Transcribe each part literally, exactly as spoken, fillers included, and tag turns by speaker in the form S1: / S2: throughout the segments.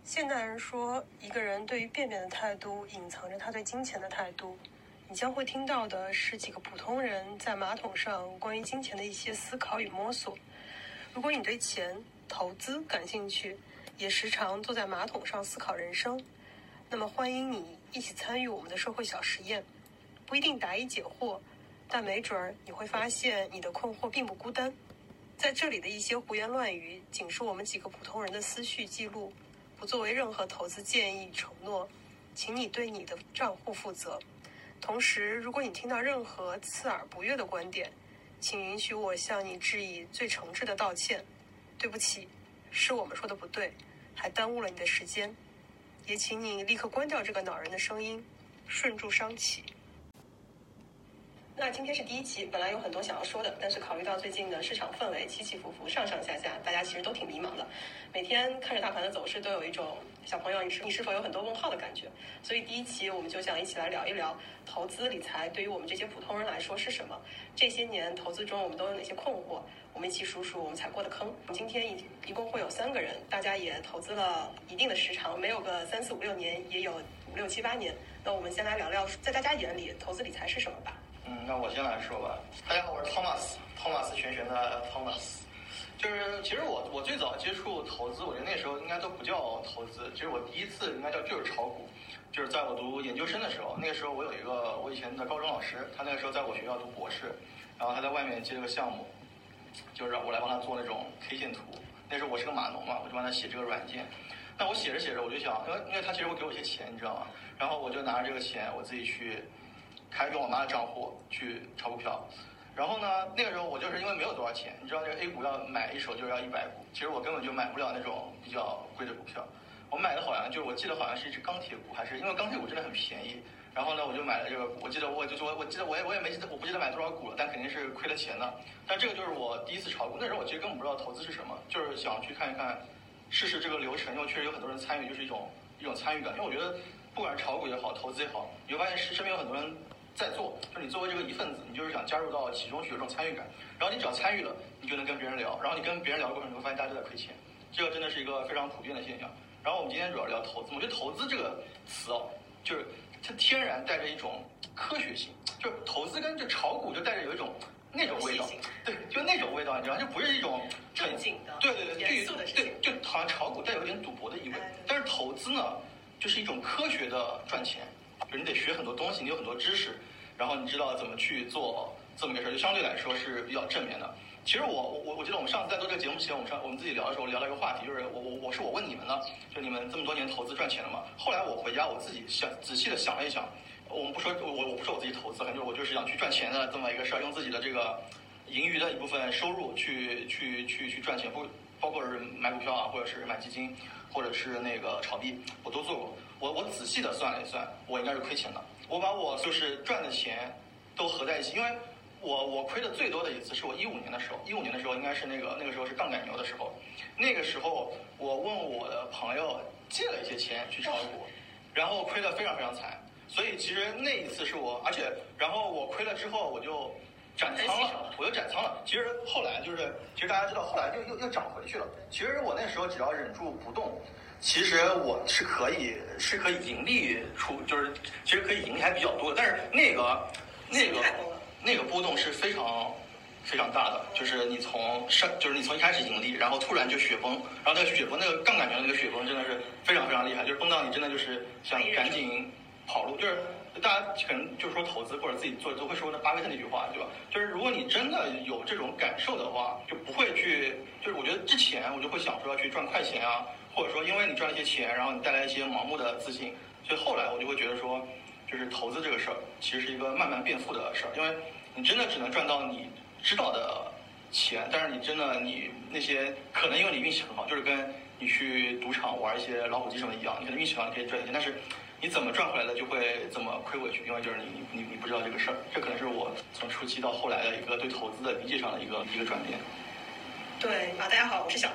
S1: 现代人说，一个人对于便便的态度，隐藏着他对金钱的态度。你将会听到的是几个普通人在马桶上关于金钱的一些思考与摸索。如果你对钱、投资感兴趣，也时常坐在马桶上思考人生，那么欢迎你一起参与我们的社会小实验。不一定答疑解惑，但没准儿你会发现你的困惑并不孤单。在这里的一些胡言乱语，仅是我们几个普通人的思绪记录，不作为任何投资建议与承诺，请你对你的账户负责。同时，如果你听到任何刺耳不悦的观点，请允许我向你致以最诚挚的道歉。对不起，是我们说的不对，还耽误了你的时间。也请你立刻关掉这个恼人的声音，顺住商起。那今天是第一期，本来有很多想要说的，但是考虑到最近的市场氛围起起伏伏、上上下下，大家其实都挺迷茫的，每天看着大盘的走势，都有一种小朋友你是你是否有很多问号的感觉。所以第一期我们就想一起来聊一聊投资理财对于我们这些普通人来说是什么，这些年投资中我们都有哪些困惑，我们一起数数我们踩过的坑。今天一一共会有三个人，大家也投资了一定的时长，没有个三四五六年，也有五六七八年。那我们先来聊聊，在大家眼里投资理财是什么吧。
S2: 嗯，那我先来说吧。大家好，我是 Thomas，Thomas 玄玄的 Thomas。就是其实我我最早接触投资，我觉得那时候应该都不叫投资，其实我第一次应该叫就是炒股，就是在我读研究生的时候，那个时候我有一个我以前的高中老师，他那个时候在我学校读博士，然后他在外面接了个项目，就是让我来帮他做那种 K 线图。那时候我是个码农嘛，我就帮他写这个软件。那我写着写着，我就想，因为因为他其实会给我一些钱，你知道吗？然后我就拿着这个钱，我自己去开用我妈的账户去炒股票。然后呢，那个时候我就是因为没有多少钱，你知道这个 A 股要买一手就是要一百股，其实我根本就买不了那种比较贵的股票。我买的好像就是我记得好像是一只钢铁股，还是因为钢铁股真的很便宜。然后呢，我就买了这个股，我记得我就是我我记得我也我也没记得我不记得买多少股了，但肯定是亏了钱的。但这个就是我第一次炒股，那时候我其实根本不知道投资是什么，就是想去看一看试试这个流程，因为确实有很多人参与，就是一种一种参与感。因为我觉得不管是炒股也好，投资也好，你会发现身边有很多人在做，就是你作为这个一份子，你就是想加入到其中去，有这种参与感。然后你只要参与了，你就能跟别人聊，然后你跟别人聊的过程中，你会发现大家都在亏钱，这个真的是一个非常普遍的现象。然后我们今天主要聊投资，我觉得投资这个词哦，就是它天然带着一种科学性，就是投资跟这炒股就带着有一种那种味道，对，就那种味道，你知道，就不是一种
S1: 正经的，
S2: 对对对，
S1: 严肃的事情，
S2: 对，就好像炒股带有一点赌博的意味，但是投资呢，就是一种科学的赚钱，就是你得学很多东西，你有很多知识，然后你知道怎么去做这么一个事儿，就相对来说是比较正面的。其实我我我记得我们上次在做这个节目之前，我们上我们自己聊的时候聊了一个话题，就是我我我是我问你们的，就你们这么多年投资赚钱了吗？后来我回家我自己想仔细的想了一想，我们不说我我不说我自己投资，反正我就是想去赚钱的这么一个事儿，用自己的这个盈余的一部分收入去去去去赚钱，不包括是买股票啊，或者是买基金，或者是那个炒币，我都做过。我我仔细的算了一算，我应该是亏钱的。我把我就是赚的钱都合在一起，因为我我亏的最多的一次是我一五年的时候，一五年的时候应该是那个那个时候是杠杆牛的时候，那个时候我问我的朋友借了一些钱去炒股，然后亏得非常非常惨。所以其实那一次是我，而且然后我亏了之后我就斩仓了，我就斩仓了。其实后来就是，其实大家知道后来又又又涨回去了。其实我那时候只要忍住不动，其实我是可以是可以盈利出，就是其实可以盈利还比较多的。但是那个那个那个波动是非常非常大的，就是你从上就是你从一开始盈利，然后突然就雪崩，然后那个雪崩那个杠杆牛那个雪崩真的是非常非常厉害，就是崩到你真的就是想赶紧跑路，就是大家可能就是说投资或者自己做都会说那巴菲特那句话，对吧？就是如果你真的有这种感受的话，就不会去，就是我觉得之前我就会想说要去赚快钱啊，或者说因为你赚了一些钱，然后你带来一些盲目的自信，所以后来我就会觉得说，就是投资这个事儿其实是一个慢慢变富的事儿，因为你真的只能赚到你知道的钱，但是你真的你那些可能因为你运气很好，就是跟你去赌场玩一些老虎机什么一样，你可能运气好你可以赚一些，但是你怎么赚回来的就会怎么亏回去，因为就是你你你你不知道这个事儿，这可能是我从初期到后来的一个对投资的理解上的一个一个转变。
S1: 对啊，大家好，我是小戴。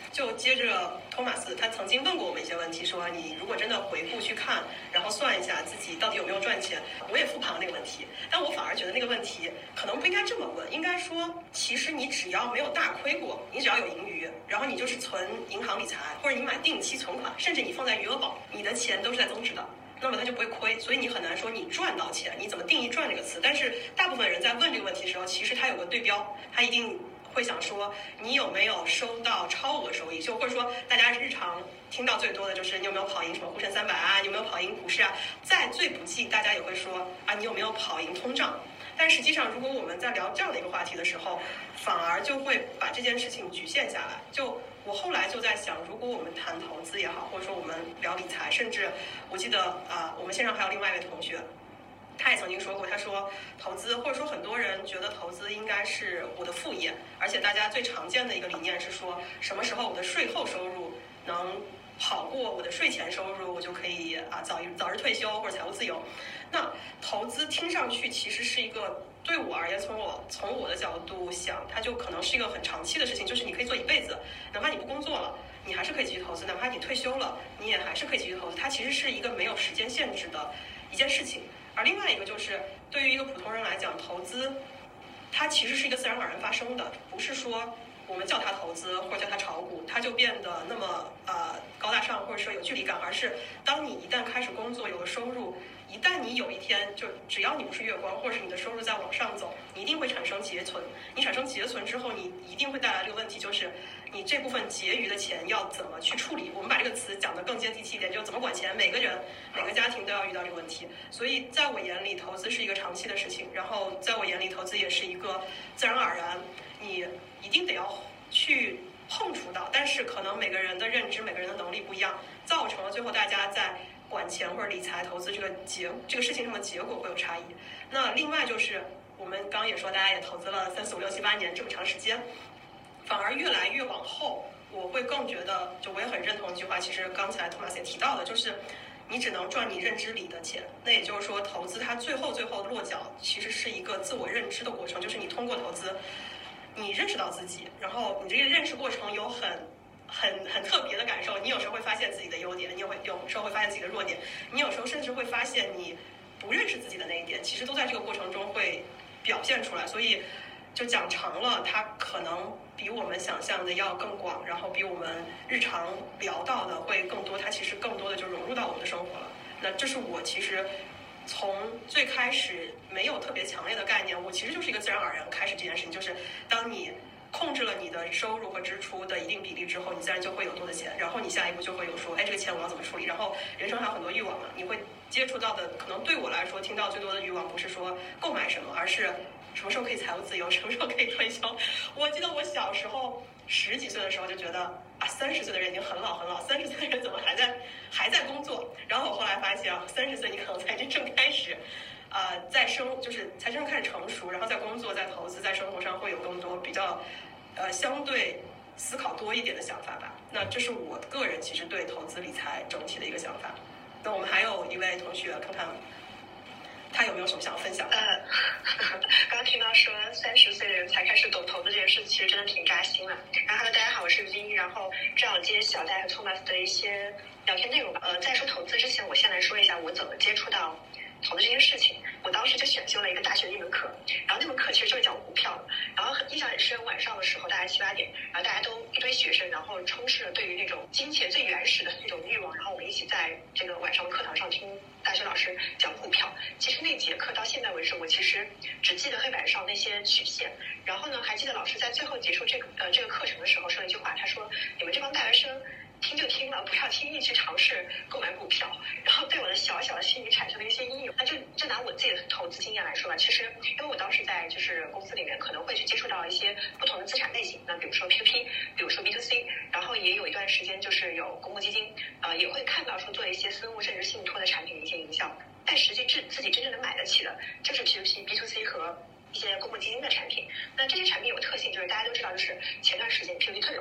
S1: 就接着托马斯他曾经问过我们一些问题，说你如果真的回顾去看，然后算一下自己到底有没有赚钱，我也复盘了那个问题，但我反而觉得那个问题可能不应该这么问，应该说其实你只要没有大亏过，你只要有盈余，然后你就是存银行理财，或者你买定期存款，甚至你放在余额宝，你的钱都是在增值的，那么它就不会亏，所以你很难说你赚到钱，你怎么定义赚这个词？但是大部分人在问这个问题的时候，其实他有个对标，他一定会想说你有没有收到超额收益，就或者说大家日常听到最多的就是你有没有跑赢什么沪深三百啊，你有没有跑赢股市啊，再最不济大家也会说啊你有没有跑赢通胀。但实际上如果我们在聊这样的一个话题的时候，反而就会把这件事情局限下来。就我后来就在想，如果我们谈投资也好，或者说我们聊理财，甚至我记得啊、呃，我们线上还有另外一位同学，他也曾经说过，他说投资或者说很多人觉得投资应该是我的副业，而且大家最常见的一个理念是说什么时候我的税后收入能跑过我的税前收入，我就可以啊早早日退休或者财务自由。那投资听上去其实是一个，对我而言，从我从我的角度想，它就可能是一个很长期的事情，就是你可以做一辈子，哪怕你不工作了，你还是可以继续投资，哪怕你退休了，你也还是可以继续投资。它其实是一个没有时间限制的一件事情。而另外一个就是，对于一个普通人来讲，投资它其实是一个自然而然发生的，不是说我们叫它投资或者叫它炒股，它就变得那么呃高大上或者说有距离感，而是当你一旦开始工作，有了收入，一旦你有一天就只要你不是月光，或者是你的收入在往上走，你一定会产生结存。你产生结存之后，你一定会带来这个问题，就是你这部分结余的钱要怎么去处理。我们把这个词讲得更接地气一点，就怎么管钱。每个人每个家庭都要遇到这个问题。所以在我眼里，投资是一个长期的事情，然后在我眼里，投资也是一个自然而然你一定得要去碰触到，但是可能每个人的认知每个人的能力不一样，造成了最后大家在管钱或者理财投资这个结这个事情上的结果会有差异。那另外就是我们刚刚也说，大家也投资了三四五六七八年这么长时间，反而越来越往后，我会更觉得，就我也很认同一句话，其实刚才托马斯也提到的，就是你只能赚你认知里的钱。那也就是说，投资它最后最后落脚其实是一个自我认知的过程，就是你通过投资你认识到自己，然后你这个认识过程有很很很特别的感受，你有时候会发现自己的优点，你有会有时候会发现自己的弱点，你有时候甚至会发现你不认识自己的那一点，其实都在这个过程中会表现出来。所以就讲长了，它可能比我们想象的要更广，然后比我们日常聊到的会更多，它其实更多的就融入到我们的生活了。那这是我其实从最开始没有特别强烈的概念，我其实就是一个自然而然开始这件事情，就是当你控制了你的收入和支出的一定比例之后，你自然就会有多的钱，然后你下一步就会有说，哎，这个钱我要怎么处理？然后人生还有很多欲望嘛，你会接触到的，可能对我来说听到最多的欲望不是说购买什么，而是什么时候可以财务自由，什么时候可以退休。我记得我小时候十几岁的时候就觉得啊，三十岁的人已经很老很老，三十岁的人怎么还在还在工作？然后我后来发现啊，三十岁你可能才真正开始呃，在生就是才真正开始成熟，然后在工作、在投资、在生活上会有更多比较，呃，相对思考多一点的想法吧。那这是我个人其实对投资理财整体的一个想法。那我们还有一位同学，看看他有没有什么想要分享的？
S3: 呃，刚刚听到说三十岁的人才开始懂投资这件事，其实真的挺扎心了。然后 ，Hello， 大家好，我是金，然后正好接小戴和 Thomas 的一些聊天内容吧。呃，在说投资之前，我先来说一下我怎么接触到投资这件事情。我当时就选修了一个大学的一门课，然后那门课其实就是讲股票的。然后印象很深，晚上的时候大概七八点，然后大家都一堆学生，然后充斥了对于那种金钱最原始的那种欲望，然后我们一起在这个晚上的课堂上听大学老师讲股票。其实那节课到现在为止，我其实只记得黑板上那些曲线，然后呢，还记得老师在最后结束这个呃这个课程的时候说了一句话，他说：“你们这帮大学生听就听了，不要轻易去尝试购买股票。”然后对我的小小的心理产生了一些阴影。那就就拿我自己的投资经验来说吧，其实因为我当时在就是公司里面可能会去接触到一些不同的资产类型，那比如说 P to P， 比如说 B to C， 然后也有一段时间就是有公募基金，呃，也会看到说做一些私募甚至信托的产品的一些营销，但实际自自己真正能买得起的就是 P to P、B to C 和一些公募基金的产品。那这些产品有个特性，就是大家都知道，就是前段时间 P to P 特别火，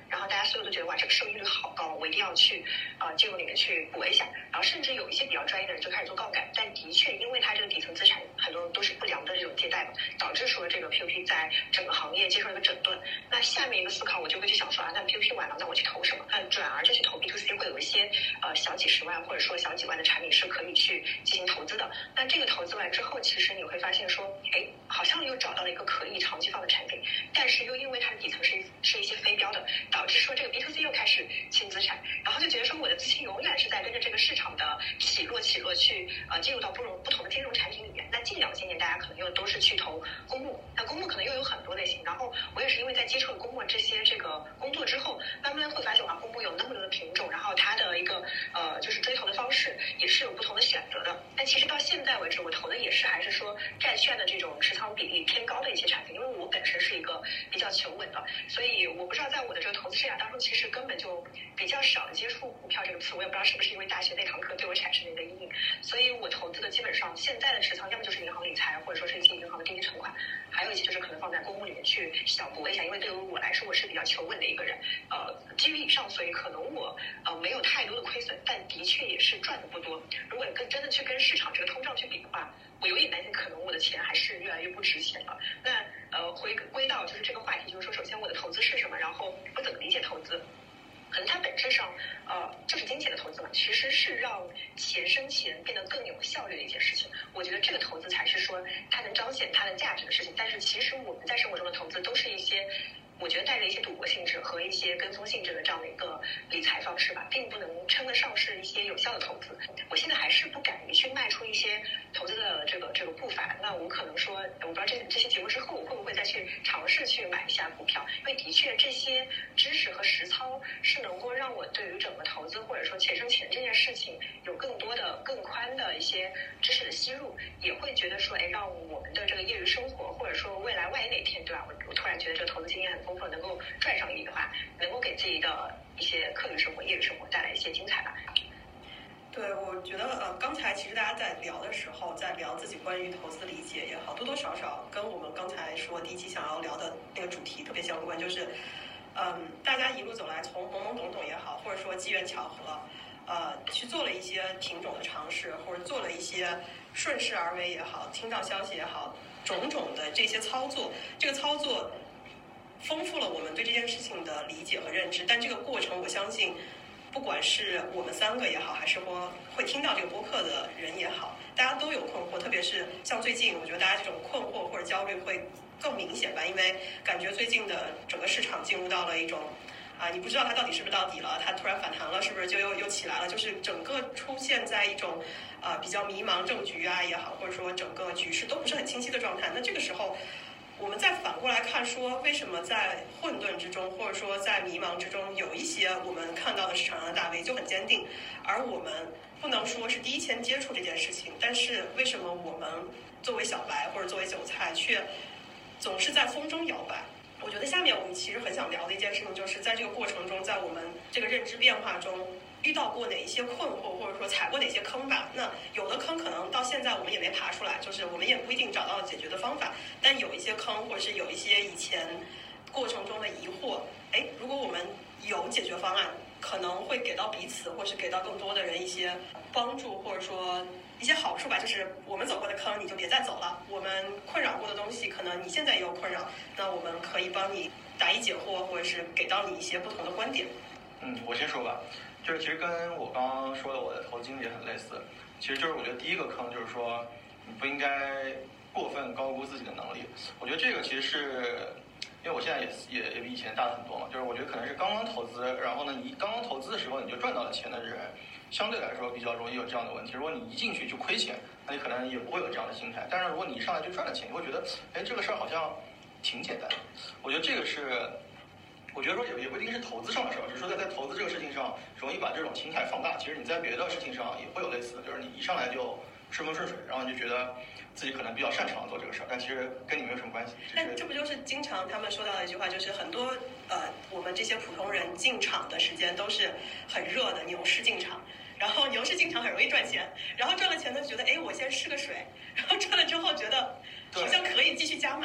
S3: 然后大家所有都觉得哇这个收益率好高，我一定要去呃进入里面去搏一下，然后甚至有一些比较专业的人就开始做杠杆，但的确因为它这个底层资产很多都是不良的这种借贷嘛，导致说这个 P to P 在整个行业接受了一个整顿。那下面一个思考我就会去想说啊，那 P to P 完了，那我去投什么？那转而就去投 B to C， 会有一些呃小几十万或者说小几万的产品是可以去进行投资的。那这个投资完之后，其实你会发现说，哎，好像又找到了一个可以长期放的产品，但是又因为它的底层是是一些非标的，导致说这个 B to C 又开始清资产，然后就觉得说我的资金永远是在跟着这个市场的起落起落去呃进入到不同不同的金融产品里面。那近两千年大家可能又都是去投公募，那公募可能又有很多类型，然后我也是因为在接触了公募这些这个工作之后，慢慢会发现哇，公募有那么多的品种，然后它的一个呃就是追投的方式也是有不同的选择的。但其实到现在为止，我投的也是还是说债券的这种持仓比例偏高的一些产品，因为我本身是一个比较求稳的，所以我不知道在我的这个投资生涯当中，其实根本就比较少的接触股票这个词，我也不知道是不是因为大学那堂课对我产生了一个阴影，所以我投资的基本上现在的持仓要么就是银行理财，或者说是一些银行的定期存款，还有一些就是可能放在公募里面去小搏一下，因为对于我来说我是比较求稳的一个人，呃，基于以上，所以可能我呃没有太多的亏损，但的确也是赚的不多。如果跟真的去跟市场这个通胀去比的话，我有点担心，可能我的钱还是越来越不值钱了。那呃，回归到就是这个话题，就是说，首先我的投资是什么，然后我怎么理解投资？可能它本质上，呃，就是金钱的投资嘛，其实是让钱生钱变得更有效率的一件事情。我觉得这个投资才是说它能彰显它的价值的事情。但是其实我们在生活中的投资都是一些，我觉得带着一些赌博性质和一些跟风性质的这样的一个理财方式吧，并不能称得上是一些有效的投资。我现在还是不敢于去迈出一些投资的这个这个步伐。那我可能说，我不知道这这些节目之后，我会不会再去尝试去买一下股票？因为的确这些知识和实操是能够让我对于整个投资或者说钱生钱这件事情有更多的、更宽的一些知识的吸入，也会觉得说，哎，让我们的这个业余生活，或者说未来万一哪天，对吧？我我突然觉得这个投资经验很丰富，能够赚上亿的话，能够给自己的一些课余生活、业余生活带来一些精彩吧。
S1: 对，我觉得呃，刚才其实大家在聊的时候，在聊自己关于投资理解也好，多多少少跟我们刚才说第一期想要聊的那个主题特别相关，就是嗯，大家一路走来，从懵懵懂懂也好，或者说机缘巧合，呃，去做了一些品种的尝试，或者做了一些顺势而为也好，听到消息也好，种种的这些操作，这个操作丰富了我们对这件事情的理解和认知。但这个过程，我相信，不管是我们三个也好，还是说会听到这个播客的人也好，大家都有困惑。特别是像最近，我觉得大家这种困惑或者焦虑会更明显吧，因为感觉最近的整个市场进入到了一种啊，你不知道它到底是不是到底了，它突然反弹了，是不是就又又起来了？就是整个出现在一种啊比较迷茫政局啊也好，或者说整个局势都不是很清晰的状态。那这个时候，我们再反过来看说，为什么在混沌之中，或者说在迷茫之中，有一些我们看到的市场上的大 V 就很坚定，而我们不能说是第一天接触这件事情，但是为什么我们作为小白或者作为韭菜，却总是在风中摇摆？我觉得下面我们其实很想聊的一件事情，就是在这个过程中，在我们这个认知变化中，遇到过哪一些困惑，或者说踩过哪些坑吧。那有的坑可能到现在我们也没爬出来，就是我们也不一定找到解决的方法，但有一些坑，或者是有一些以前过程中的疑惑，哎，如果我们有解决方案，可能会给到彼此，或是给到更多的人一些帮助，或者说一些好处吧。就是我们走过的坑，你就别再走了。我们困扰过的东西，可能你现在也有困扰，那我们可以帮你答疑解惑，或者是给到你一些不同的观点。
S2: 嗯，我先说吧，就是其实跟我刚刚说的我的投资经历也很类似。其实就是我觉得第一个坑就是说，你不应该过分高估自己的能力。我觉得这个其实是。因为我现在也也也比以前大了很多嘛，就是我觉得可能是刚刚投资，然后呢，你刚刚投资的时候你就赚到了钱的人，相对来说比较容易有这样的问题。如果你一进去就亏钱，那你可能也不会有这样的心态。但是如果你一上来就赚了钱，你会觉得，哎，这个事儿好像挺简单的。我觉得这个是，我觉得说也也不一定是投资上的事儿，只是说在在投资这个事情上，容易把这种心态放大。其实你在别的事情上也会有类似的，就是你一上来就顺风顺水，然后你就觉得自己可能比较擅长做这个事儿，但其实跟你没有什么关系。
S1: 但这不就是经常他们说到的一句话，就是很多呃我们这些普通人进场的时间都是很热的，牛市进场，然后牛市进场很容易赚钱，然后赚了钱呢觉得哎我先试个水，然后赚了之后觉得好像可以继续加码。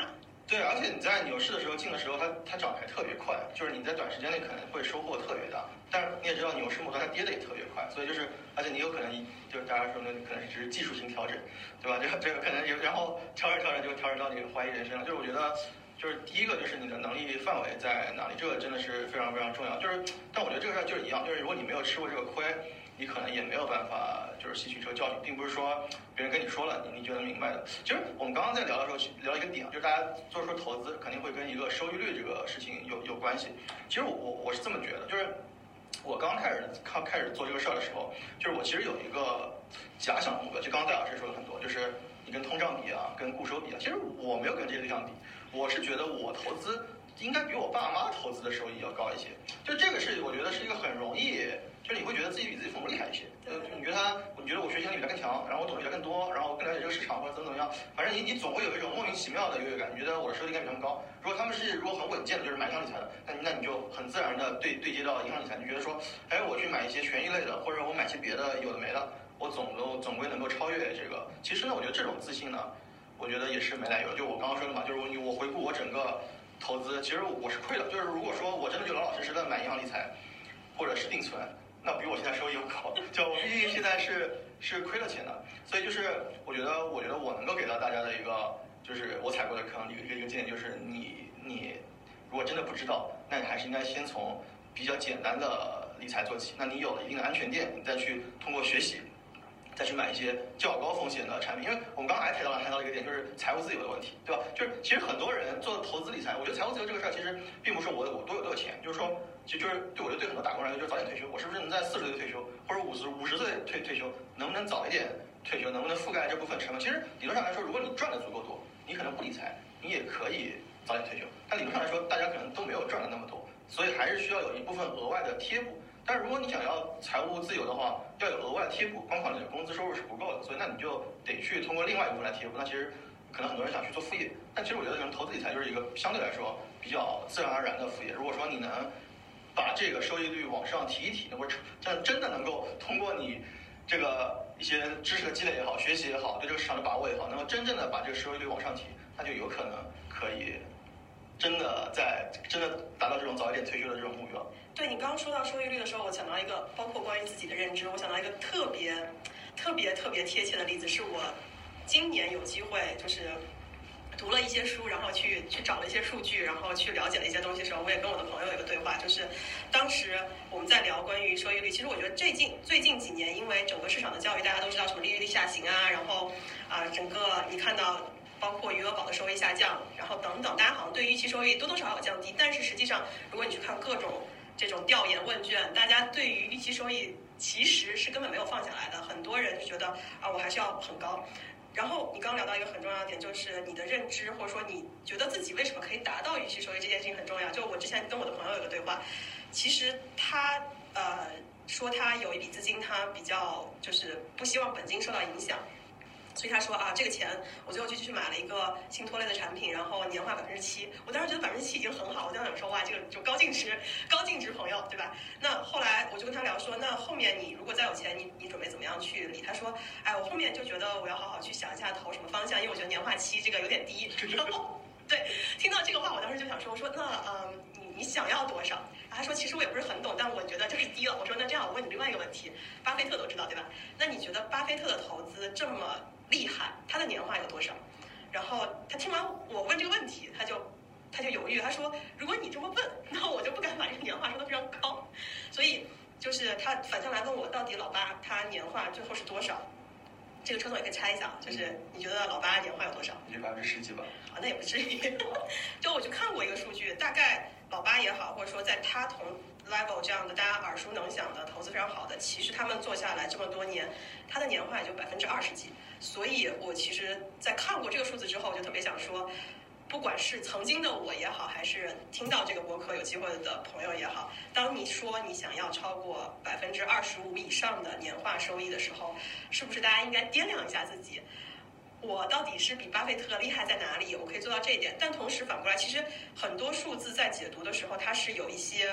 S2: 对，而且你在牛市的时候进的时候，它它涨得还特别快，就是你在短时间内可能会收获特别大。但是你也知道牛市末端它跌的也特别快，所以就是而且你有可能就是大家说那可能只是技术性调整，对吧？这个这个可能有，然后调整调整就调整到你怀疑人生了。就是我觉得就是第一个就是你的能力范围在哪里，这个真的是非常非常重要。就是但我觉得这个事儿就是一样，就是如果你没有吃过这个亏，你可能也没有办法就是吸取这个教训，并不是说别人跟你说了你你就能明白的。其实我们刚刚在聊的时候聊一个点，就是大家就是说投资肯定会跟一个收益率这个事情有有关系。其实我我我是这么觉得，就是我刚开始刚开始做这个事儿的时候，就是我其实有一个假想目标，就刚刚戴老师说了很多，就是你跟通胀比啊，跟固收比啊，其实我没有跟这些对象比，我是觉得我投资应该比我爸妈投资的收益要高一些。就这个是我觉得是一个很容易。就是你会觉得自己比自己父母厉害一些，呃，你觉得他，你觉得我学习能力比他更强，然后我懂得比他更多，然后我更了解这个市场或者怎么怎么样，反正你你总会有一种莫名其妙的优越感，你觉得我的收益应该比他们高。如果他们是如果很稳健的，就是买银行理财的，那那你就很自然的对对接到银行理财，你觉得说，哎，我去买一些权益类的，或者我买些别的有的没的，我总都总归能够超越这个。其实呢，我觉得这种自信呢，我觉得也是没来由。就我刚刚说的嘛，就是我我回顾我整个投资，其实我是亏的。就是如果说我真的就老老实实的买银行理财，或者是定存。那比我现在收益要高，就我毕竟现在是是亏了钱的，所以就是我觉得，我觉得我能够给到大家的一个，就是我踩过的坑，一个一个一个建议就是你你如果真的不知道，那你还是应该先从比较简单的理财做起。那你有了一定的安全垫，你再去通过学习，再去买一些较高风险的产品。因为我们刚才还谈到了谈到了一个点，就是财务自由的问题，对吧？就是其实很多人做投资理财，我觉得财务自由这个事儿其实并不是我我多有多有钱，就是说。其实就是对我觉得对很多打工人来说，就是早点退休。我是不是能在四十岁退休，或者五十五十岁退退休？能不能早一点退休？能不能覆盖这部分成本？其实理论上来说，如果你赚的足够多，你可能不理财，你也可以早点退休。但理论上来说，大家可能都没有赚的那么多，所以还是需要有一部分额外的贴补。但是如果你想要财务自由的话，要有额外贴补，光靠你的工资收入是不够的，所以那你就得去通过另外一部分来贴补。那其实可能很多人想去做副业，但其实我觉得可能投资理财就是一个相对来说比较自然而然的副业。如果说你能把这个收益率往上提一提，或者这样真的能够通过你这个一些知识的积累也好，学习也好，对这个市场的把握也好，能够真正的把这个收益率往上提，那就有可能可以真的在真的达到这种早一点退休的这种目标。
S4: 对，你刚刚说到收益率的时候，我想到一个，包括关于自己的认知，我想到一个特别特别特别贴切的例子，是我今年有机会就是读了一些书，然后去去找了一些数据，然后去了解了一些东西的时候，我也跟我的朋友有一个对话，就是当时我们在聊关于收益率。其实我觉得最近最近几年，因为整个市场的教育，大家都知道什么利率的下行啊，然后啊、呃，整个你看到包括余额宝的收益下降，然后等等，大家好像对于预期收益多多少少有降低，但是实际上，如果你去看各种这种调研问卷，大家对于预期收益其实是根本没有放下来的，很多人就觉得啊，我还是要很高。然后你刚刚聊到一个很重要的点，就是你的认知，或者说你觉得自己为什么可以达到预期收益这件事情很重要。就我之前跟我的朋友有个对话，其实他呃说他有一笔资金，他比较就是不希望本金受到影响。所以他说啊，这个钱我最后就去买了一个信托类的产品，然后年化百分之七。我当时觉得百分之七已经很好，我当时想说哇，这个就高净值，高净值朋友，对吧？那后来我就跟他聊说，那后面你如果再有钱，你你准备怎么样去理？他说，哎，我后面就觉得我要好好去想一下投什么方向，因为我觉得年化七这个有点低。然后对，听到这个话，我当时就想说，我说那嗯，你你想要多少？他说其实我也不是很懂，但我觉得就是低了。我说那这样，我问你另外一个问题，巴菲特都知道对吧？那你觉得巴菲特的投资这么厉害，他的年化有多少？然后他听完我问这个问题，他就他就犹豫，他说如果你这么问，那我就不敢把这个年化说得非常高。所以就是他反向来问我，到底老八他年化最后是多少？这个车总也可以猜一下，就是你觉得老八年化有多少？
S2: 你就百分之十几吧。
S4: 啊，那也不至于。就我去看过一个数据，大概老八也好，或者说在他同 level 这样的大家耳熟能详的投资非常好的，其实他们做下来这么多年，他的年化也就百分之二十几。所以我其实在看过这个数字之后，我就特别想说，不管是曾经的我也好，还是听到这个播客有机会的朋友也好，当你说你想要超过百分之二十五以上的年化收益的时候，是不是大家应该掂量一下自己？我到底是比巴菲特厉害在哪里？我可以做到这一点。但同时反过来，其实很多数字在解读的时候，它是有一些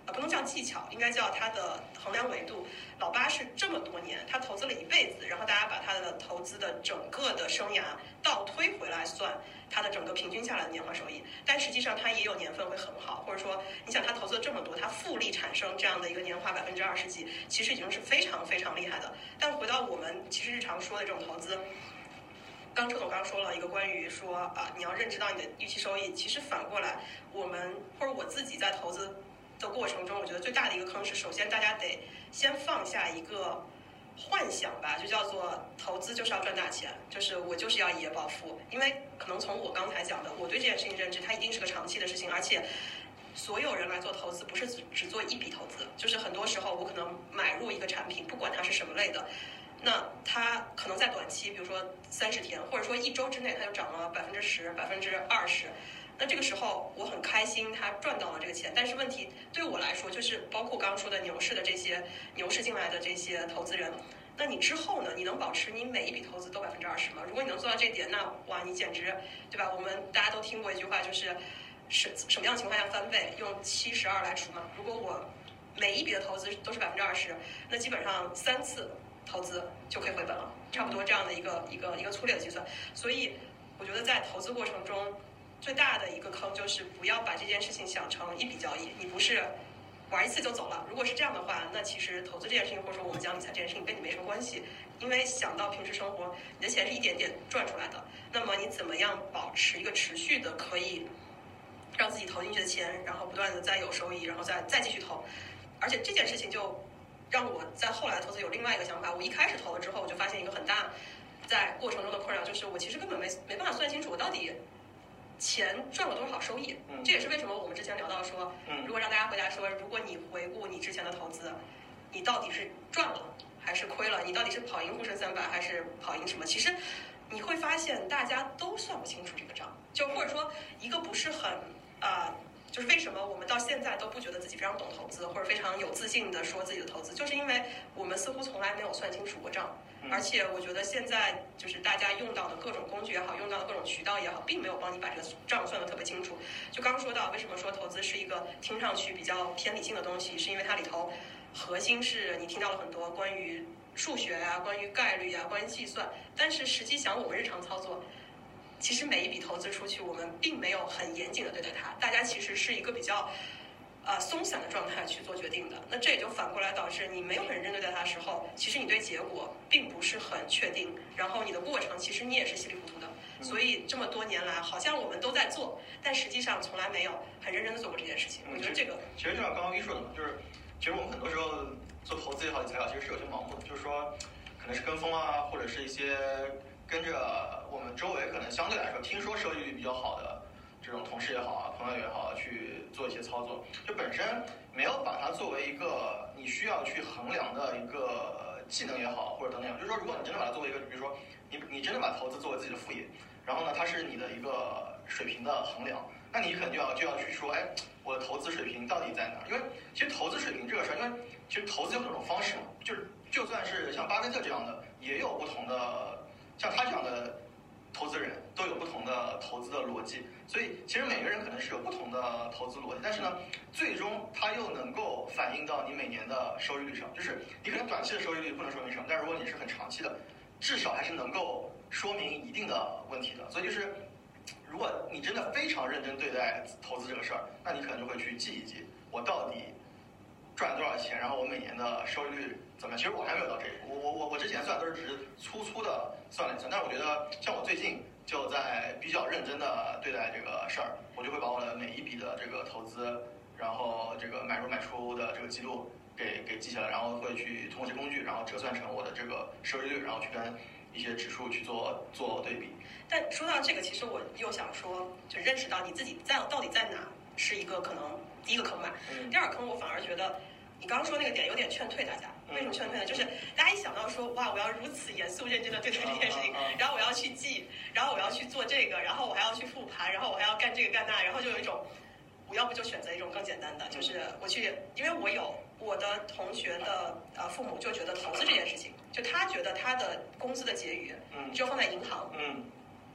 S4: 呃，不能叫技巧，应该叫他的衡量维度。老八是这么多年，他投资了一辈子，然后大家把他的投资的整个的生涯倒推回来算他的整个平均下来的年化收益，但实际上他也有年份会很好，或者说你想他投资了这么多，他复利产生这样的一个年化百分之二十几，其实已经是非常非常厉害的。但回到我们其实日常说的这种投资，刚车总刚说了一个关于说啊，你要认知到你的预期收益，其实反过来，我们或者我自己在投资的过程中，我觉得最大的一个坑是，首先大家得先放下一个幻想吧，就叫做投资就是要赚大钱，就是我就是要一夜暴富。因为可能从我刚才讲的，我对这件事情认知，它一定是个长期的事情，而且所有人来做投资不是只只做一笔投资，就是很多时候我可能买入一个产品，不管它是什么类的，那它可能在短期，比如说三十天，或者说一周之内，它就涨了百分之十、百分之二十。那这个时候我很开心，他赚到了这个钱。但是问题对我来说，就是包括刚刚说的牛市的这些牛市进来的这些投资人，那你之后呢？你能保持你每一笔投资都百分之二十吗？如果你能做到这一点，那哇，你简直对吧？我们大家都听过一句话，就是什什么样的情况下翻倍？用七十二来除嘛。如果我每一笔的投资都是百分之二十，那基本上三次投资就可以回本了，差不多这样的一个一个一个粗略的计算。所以我觉得在投资过程中，最大的一个坑就是不要把这件事情想成一笔交易，你不是玩一次就走了。如果是这样的话，那其实投资这件事情，或者说我们讲理财这件事情，跟你没什么关系。因为想到平时生活，你的钱是一点点赚出来的，那么你怎么样保持一个持续的可以让自己投进去的钱，然后不断的再有收益，然后再再继续投。而且这件事情就让我在后来投资有另外一个想法。我一开始投了之后，我就发现一个很大在过程中的困扰，就是我其实根本没没办法算清楚我到底钱赚了多少收益。这也是为什么我们之前聊到说，如果让大家回答说，如果你回顾你之前的投资，你到底是赚了还是亏了？你到底是跑赢沪深三百还是跑赢什么？其实你会发现大家都算不清楚这个账，就或者说一个不是很啊、呃，就是为什么我们到现在都不觉得自己非常懂投资，或者非常有自信的说自己的投资，就是因为我们似乎从来没有算清楚过账。而且我觉得现在就是大家用到的各种工具也好，用到的各种渠道也好，并没有帮你把这个账算得特别清楚。就刚说到为什么说投资是一个听上去比较偏理性的东西，是因为它里头核心是你听到了很多关于数学啊、关于概率啊、关于计算，但是实际想我们日常操作，其实每一笔投资出去，我们并没有很严谨的对待它，大家其实是一个比较呃松散的状态去做决定的。那这也就反过来导致你没有很认真对待它的时候，其实你对结果并不是很确定，然后你的过程其实你也是稀里糊涂的。所以这么多年来，好像我们都在做，但实际上从来没有很认真的做过这件事情。我觉得这个
S2: 其实就像刚刚一说的嘛，就是其实我们很多时候做投资也好，理财也好，其实是有些盲目的，就是说可能是跟风啊，或者是一些跟着我们周围可能相对来说听说收益率比较好的这种同事也好啊，朋友也好，去做一些操作，就本身没有把它作为一个你需要去衡量的一个技能也好，或者等等。就是说，如果你真的把它作为一个，比如说你你真的把投资作为自己的副业，然后呢，它是你的一个水平的衡量，那你可能就要就要去说，哎，我的投资水平到底在哪？因为其实投资水平这个事儿，因为其实投资有很多种方式嘛，就是就算是像巴菲特这样的，也有不同的，像他这样的投资人都有不同的投资的逻辑，所以其实每个人可能是有不同的投资逻辑，但是呢，最终它又能够反映到你每年的收益率上。就是你可能短期的收益率不能说明什么，但如果你是很长期的，至少还是能够说明一定的问题的。所以就是，如果你真的非常认真对待投资这个事儿，那你可能就会去记一记，我到底赚了多少钱，然后我每年的收益率怎么样？其实我还没有到这一步，我我我我之前算都是只是粗粗的算了一算，但是我觉得像我最近就在比较认真的对待这个事儿，我就会把我的每一笔的这个投资，然后这个买入卖出的这个记录给给记下来，然后会去通过这些工具，然后折算成我的这个收益率，然后去跟一些指数去做做对比。
S4: 但说到这个，其实我又想说，就认识到你自己在到底在哪，是一个可能第一个坑吧。
S2: 嗯、
S4: 第二个坑，我反而觉得你刚刚说那个点有点劝退大家。为什么劝退呢？就是大家一想到说，哇，我要如此严肃认真的对待这件事情，
S2: 嗯嗯嗯、
S4: 然后我要去记，然后我要去做这个，然后我还要去复盘，然后我还要干这个干那，然后就有一种，我要不就选择一种更简单的，就是我去，因为我有我的同学的呃父母就觉得投资这件事情，就他觉得他的工资的结余，
S2: 嗯，
S4: 只有放在银行，
S2: 嗯。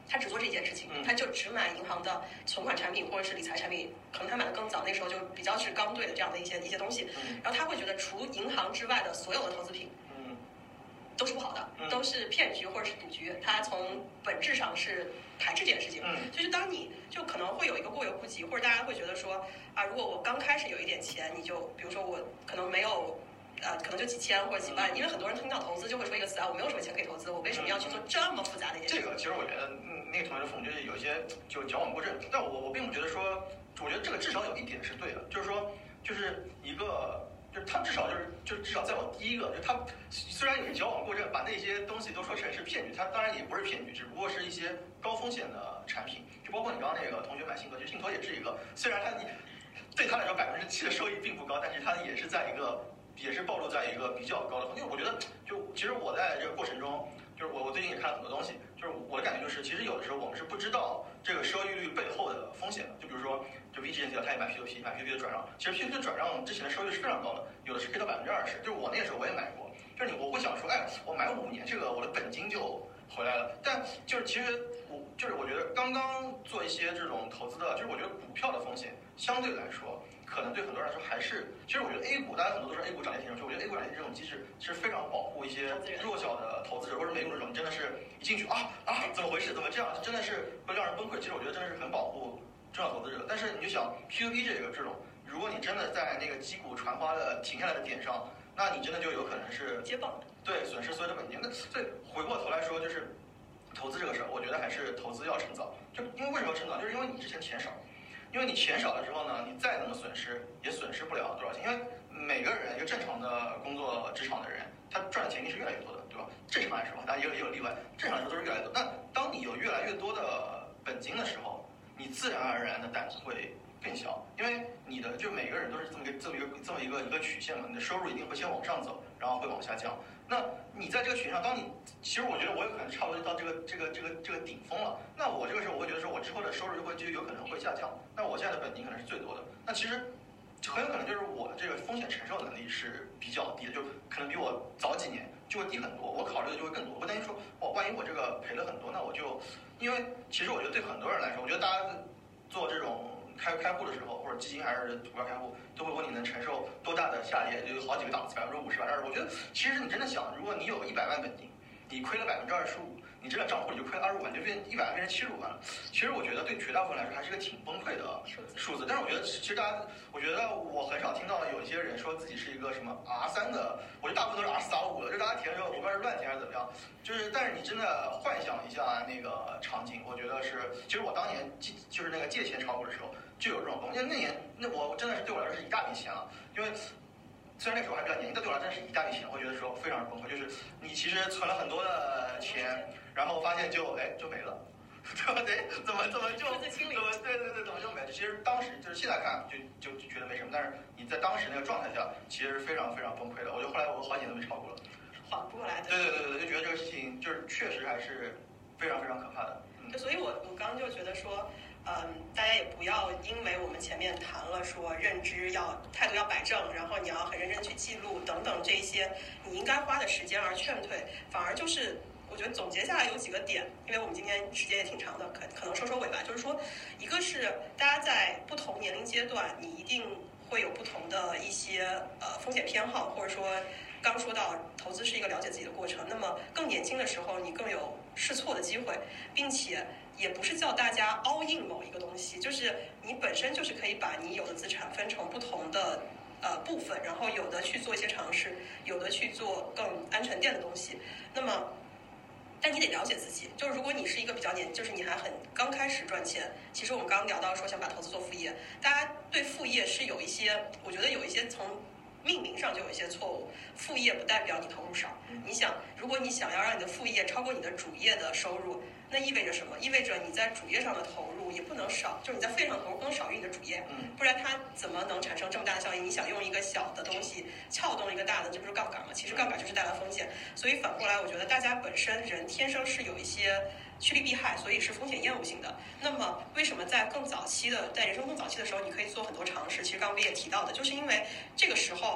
S4: 他只做这件事情，他就只买银行的存款产品或者是理财产品，可能他买的更早，那时候就比较是刚兑的这样的一些一些东西，然后他会觉得除银行之外的所有的投资品，嗯，都是不好的，都是骗局或者是赌局，他从本质上是排斥这件事情。嗯，就是当你就可能会有一个过犹不及，或者大家会觉得说啊，如果我刚开始有一点钱，你就比如说我可能没有。呃，可能就几千或者几万，因为很多人听到投资就会说一个词啊，我没有什么钱可以投资，我为什么要去做这么复杂的一件事？
S2: 这个其实我觉得，嗯，那个同学的父母就是有一些就矫枉过正，但我我并不觉得说，我觉得这个至少有一点是对的，就是说，就是一个，就是他至少就是就是至少在我第一个，就他虽然也是矫枉过正，把那些东西都说成是骗局，他当然也不是骗局，只不过是一些高风险的产品，就包括你刚刚那个同学买信托，其实信托也是一个，虽然他对他来说百分之七的收益并不高，但是他也是在一个。也是暴露在一个比较高的，因为我觉得，就其实我在这个过程中，就是我我最近也看了很多东西，就是我的感觉就是，其实有的时候我们是不知道这个收益率背后的风险的。就比如说，就 V 之前提到他也买 P to P， 买 P to P 的转让，其实 P to P 的转让之前的收益率是非常高的，有的是可以到百分之二十。就是我那个时候我也买过，就是你我会想说，哎，我买五年这个我的本金就回来了。但就是其实我就是我觉得刚刚做一些这种投资的，就是我觉得股票的风险相对来说。可能对很多人来说还是，其实我觉得 A 股，大家很多都是 A 股涨跌停手，我觉得 A 股涨跌停这种机制是非常保护一些弱小的投资者，或者美股这种，真的是一进去啊啊，怎么回事？怎么这样？真的是会让人崩溃。其实我觉得真的是很保护中小投资者。但是你就想 P to P 这个这种，如果你真的在那个击鼓传花的停下来的点上，那你真的就有可能是
S4: 接棒，
S2: 对，损失所有的本金。那所以回过头来说，就是投资这个事儿，我觉得还是投资要趁早。就因为为什么要趁早？就是因为你之前钱少。因为你钱少了之后呢，你再怎么损失也损失不了多少钱。因为每个人一个正常的工作职场的人，他赚的钱一定是越来越多的，对吧？正常来说，当然也有也有例外，正常来说都是越来越多。那当你有越来越多的本金的时候，你自然而然的胆子会更小，因为你的就每个人都是这么一个这么一个这么一个一个曲线嘛，你的收入一定会先往上走，然后会往下降。那你在这个群上，当你其实我觉得我有可能差不多就到这个这个这个这个顶峰了。那我这个时候我会觉得说，我之后的收入就会就有可能会下降。那我现在的本金可能是最多的。那其实很有可能就是我的这个风险承受能力是比较低的，就可能比我早几年就会低很多。我考虑的就会更多。我担心说，我万一我这个赔了很多，那我就因为其实我觉得对很多人来说，我觉得大家做这种。开开户的时候，或者基金还是股票开户，都会问你能承受多大的下跌，就有好几个档次，百分之五十、百分之二十。我觉得，其实你真的想，如果你有一百万本金，你亏了百分之二十五，你这个账户里就亏了二十五万，就变一百万变成七十五万了。其实我觉得对绝大部分来说还是个挺崩溃的数字。但是我觉得，其实大家，我觉得我很少听到有一些人说自己是一个什么 R 三的，我觉得大部分都是 R 四、R 五的，就大家填的时候，我不知道是乱填还是怎么样。就是，但是你真的幻想一下那个场景，我觉得是，其实我当年借就是那个借钱炒股的时候。就有这种崩，因为那年那我真的是对我来说是一大笔钱了，因为虽然那时候还比较年轻，但对我来说真是一大笔钱，我觉得说非常崩溃。就是你其实存了很多的钱，然后发现就哎就没了，对不对？怎么怎么就怎么对对对怎么就没了？其实当时就是现在看就就就觉得没什么，但是你在当时那个状态下，其实是非常非常崩溃的。我就后来我好几年都没炒股了，
S4: 缓不过来的。
S2: 对对对对，就觉得这个事情就是确实还是非常非常可怕的。
S4: 嗯，所以我我刚刚就觉得说。嗯，大家也不要因为我们前面谈了说认知要态度要摆正，然后你要很认真去记录等等这些你应该花的时间而劝退，反而就是我觉得总结下来有几个点，因为我们今天时间也挺长的，可可能收收尾吧。就是说，一个是大家在不同年龄阶段，你一定会有不同的一些呃风险偏好，或者说刚说到投资是一个了解自己的过程，那么更年轻的时候你更有试错的机会，并且。也不是叫大家 all in 某一个东西，就是你本身就是可以把你有的资产分成不同的呃部分，然后有的去做一些尝试，有的去做更安全垫的东西。那么，但你得了解自己，就是如果你是一个比较年，就是你还很刚开始赚钱，其实我们刚刚聊到说想把投资做副业，大家对副业是有一些，我觉得有一些从命名上就有一些错误。副业不代表你投入少，你想，如果你想要让你的副业超过你的主业的收入。那意味着什么？意味着你在主业上的投入也不能少，就是你在副业上投入不能少于你的主业，不然它怎么能产生这么大的效应？你想用一个小的东西撬动一个大的，这不是杠杆吗？其实杠杆就是带来风险。所以反过来，我觉得大家本身人天生是有一些趋利避害，所以是风险厌恶性的。那么为什么在更早期的，在人生更早期的时候，你可以做很多尝试？其实刚刚我也提到的，就是因为这个时候。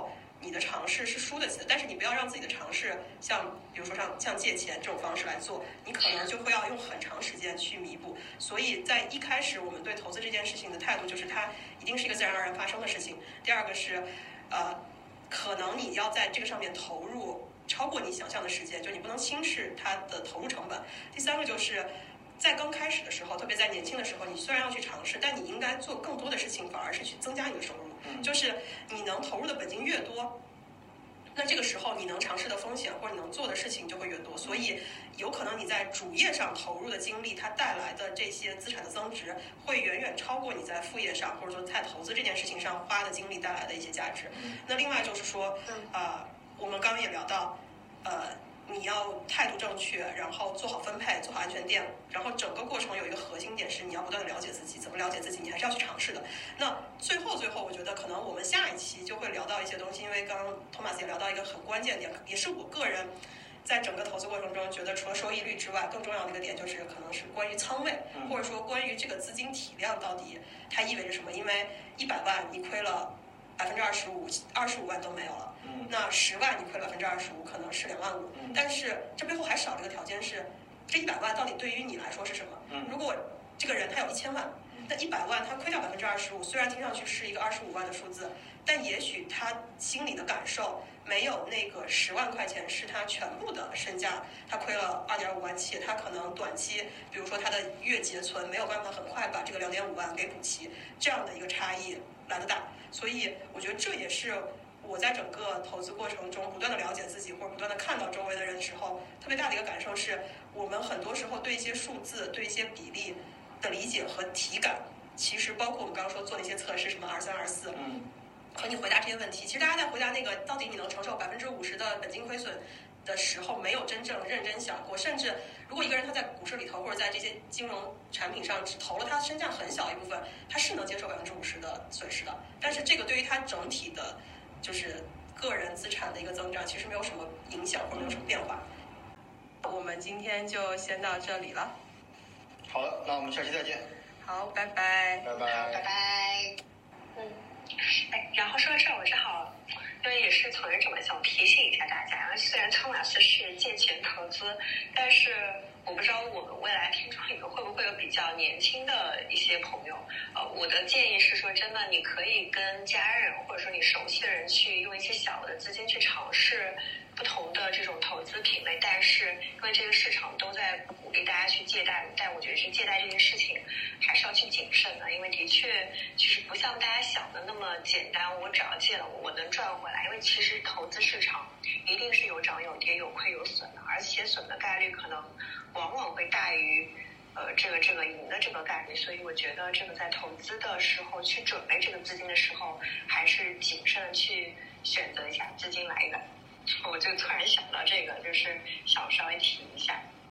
S4: 你的尝试是输得起的，但是你不要让自己的尝试像比如说像像借钱这种方式来做，你可能就会要用很长时间去弥补。所以在一开始我们对投资这件事情的态度就是它一定是一个自然而然发生的事情。第二个是呃，可能你要在这个上面投入超过你想象的时间，就你不能轻视它的投入成本。第三个就是在刚开始的时候，特别在年轻的时候，你虽然要去尝试，但你应该做更多的事情，反而是去增加你的收入。就是你能投入的本金越多，那这个时候你能尝试的风险或者你能做的事情就会越多。所以有可能你在主业上投入的精力，它带来的这些资产的增值会远远超过你在副业上或者说在投资这件事情上花的精力带来的一些价值。那另外就是说呃，我们刚刚也聊到呃你要态度正确，然后做好分配，做好安全垫，然后整个过程有一个核心点是你要不断的了解自己。怎么了解自己？你还是要去尝试的。那最后最后我觉得可能我们下一期就会聊到一些东西，因为刚刚托马斯也聊到一个很关键的点，也是我个人在整个投资过程中觉得除了收益率之外更重要的一个点，就是可能是关于仓位，或者说关于这个资金体量到底它意味着什么。因为一百万你亏了百分之二十五，二十五万都没有了。那十万你亏了百分之二十五，可能是两万五。但是这背后还少了一个条件是，这一百万到底对于你来说是什么？如果这个人他有一千万，那一百万他亏掉百分之二十五，虽然听上去是一个二十五万的数字，但也许他心里的感受没有那个十万块钱是他全部的身价，他亏了二点五万七，他可能短期，比如说他的月结存没有办法很快把这个两点五万给补齐，这样的一个差异来得大。所以我觉得这也是我在整个投资过程中不断的了解自己，或者不断的看到周围的人的时候，特别大的一个感受是，我们很多时候对一些数字、对一些比例的理解和体感，其实包括我们刚刚说做那些测试，什么 R 三 R 四，嗯，和你回答这些问题，其实大家在回答那个到底你能承受百分之五十的本金亏损的时候，没有真正认真想过。甚至如果一个人他在股市里头或者在这些金融产品上只投了他身价很小一部分，他是能接受百分之五十的损失的。但是这个对于他整体的就是个人资产的一个增长其实没有什么影响或者没有什么变化。我们今天就先到这里了。
S2: 好的，那我们下期再见。
S4: 好，拜拜。
S2: 拜拜。
S3: 好，拜拜。嗯，哎，然后说到这儿，我正好，因为也是从业者嘛，想提醒一下大家，虽然托马斯是借钱投资，但是我不知道我们未来听众里面会不会有比较年轻的一些朋友。呃，我的建议是说，真的，你可以跟家人或者说你熟悉的人去用一些小的资金去尝试不同的这种投资品类，但是因为这个市场都在鼓励大家去借贷，但我觉得是借贷这件事情还是要去谨慎的，因为的确其实不像大家想的那么简单，我只要借了我能赚回来，因为其实投资市场一定是有涨有跌有亏有损的，而且损的概率可能往往会大于呃这个这个赢的这个概率，所以我觉得这个在投资的时候去准备这个资金的时候，还是谨慎去选择一下资金来源。我就突然想到这个，就是想稍微提一下。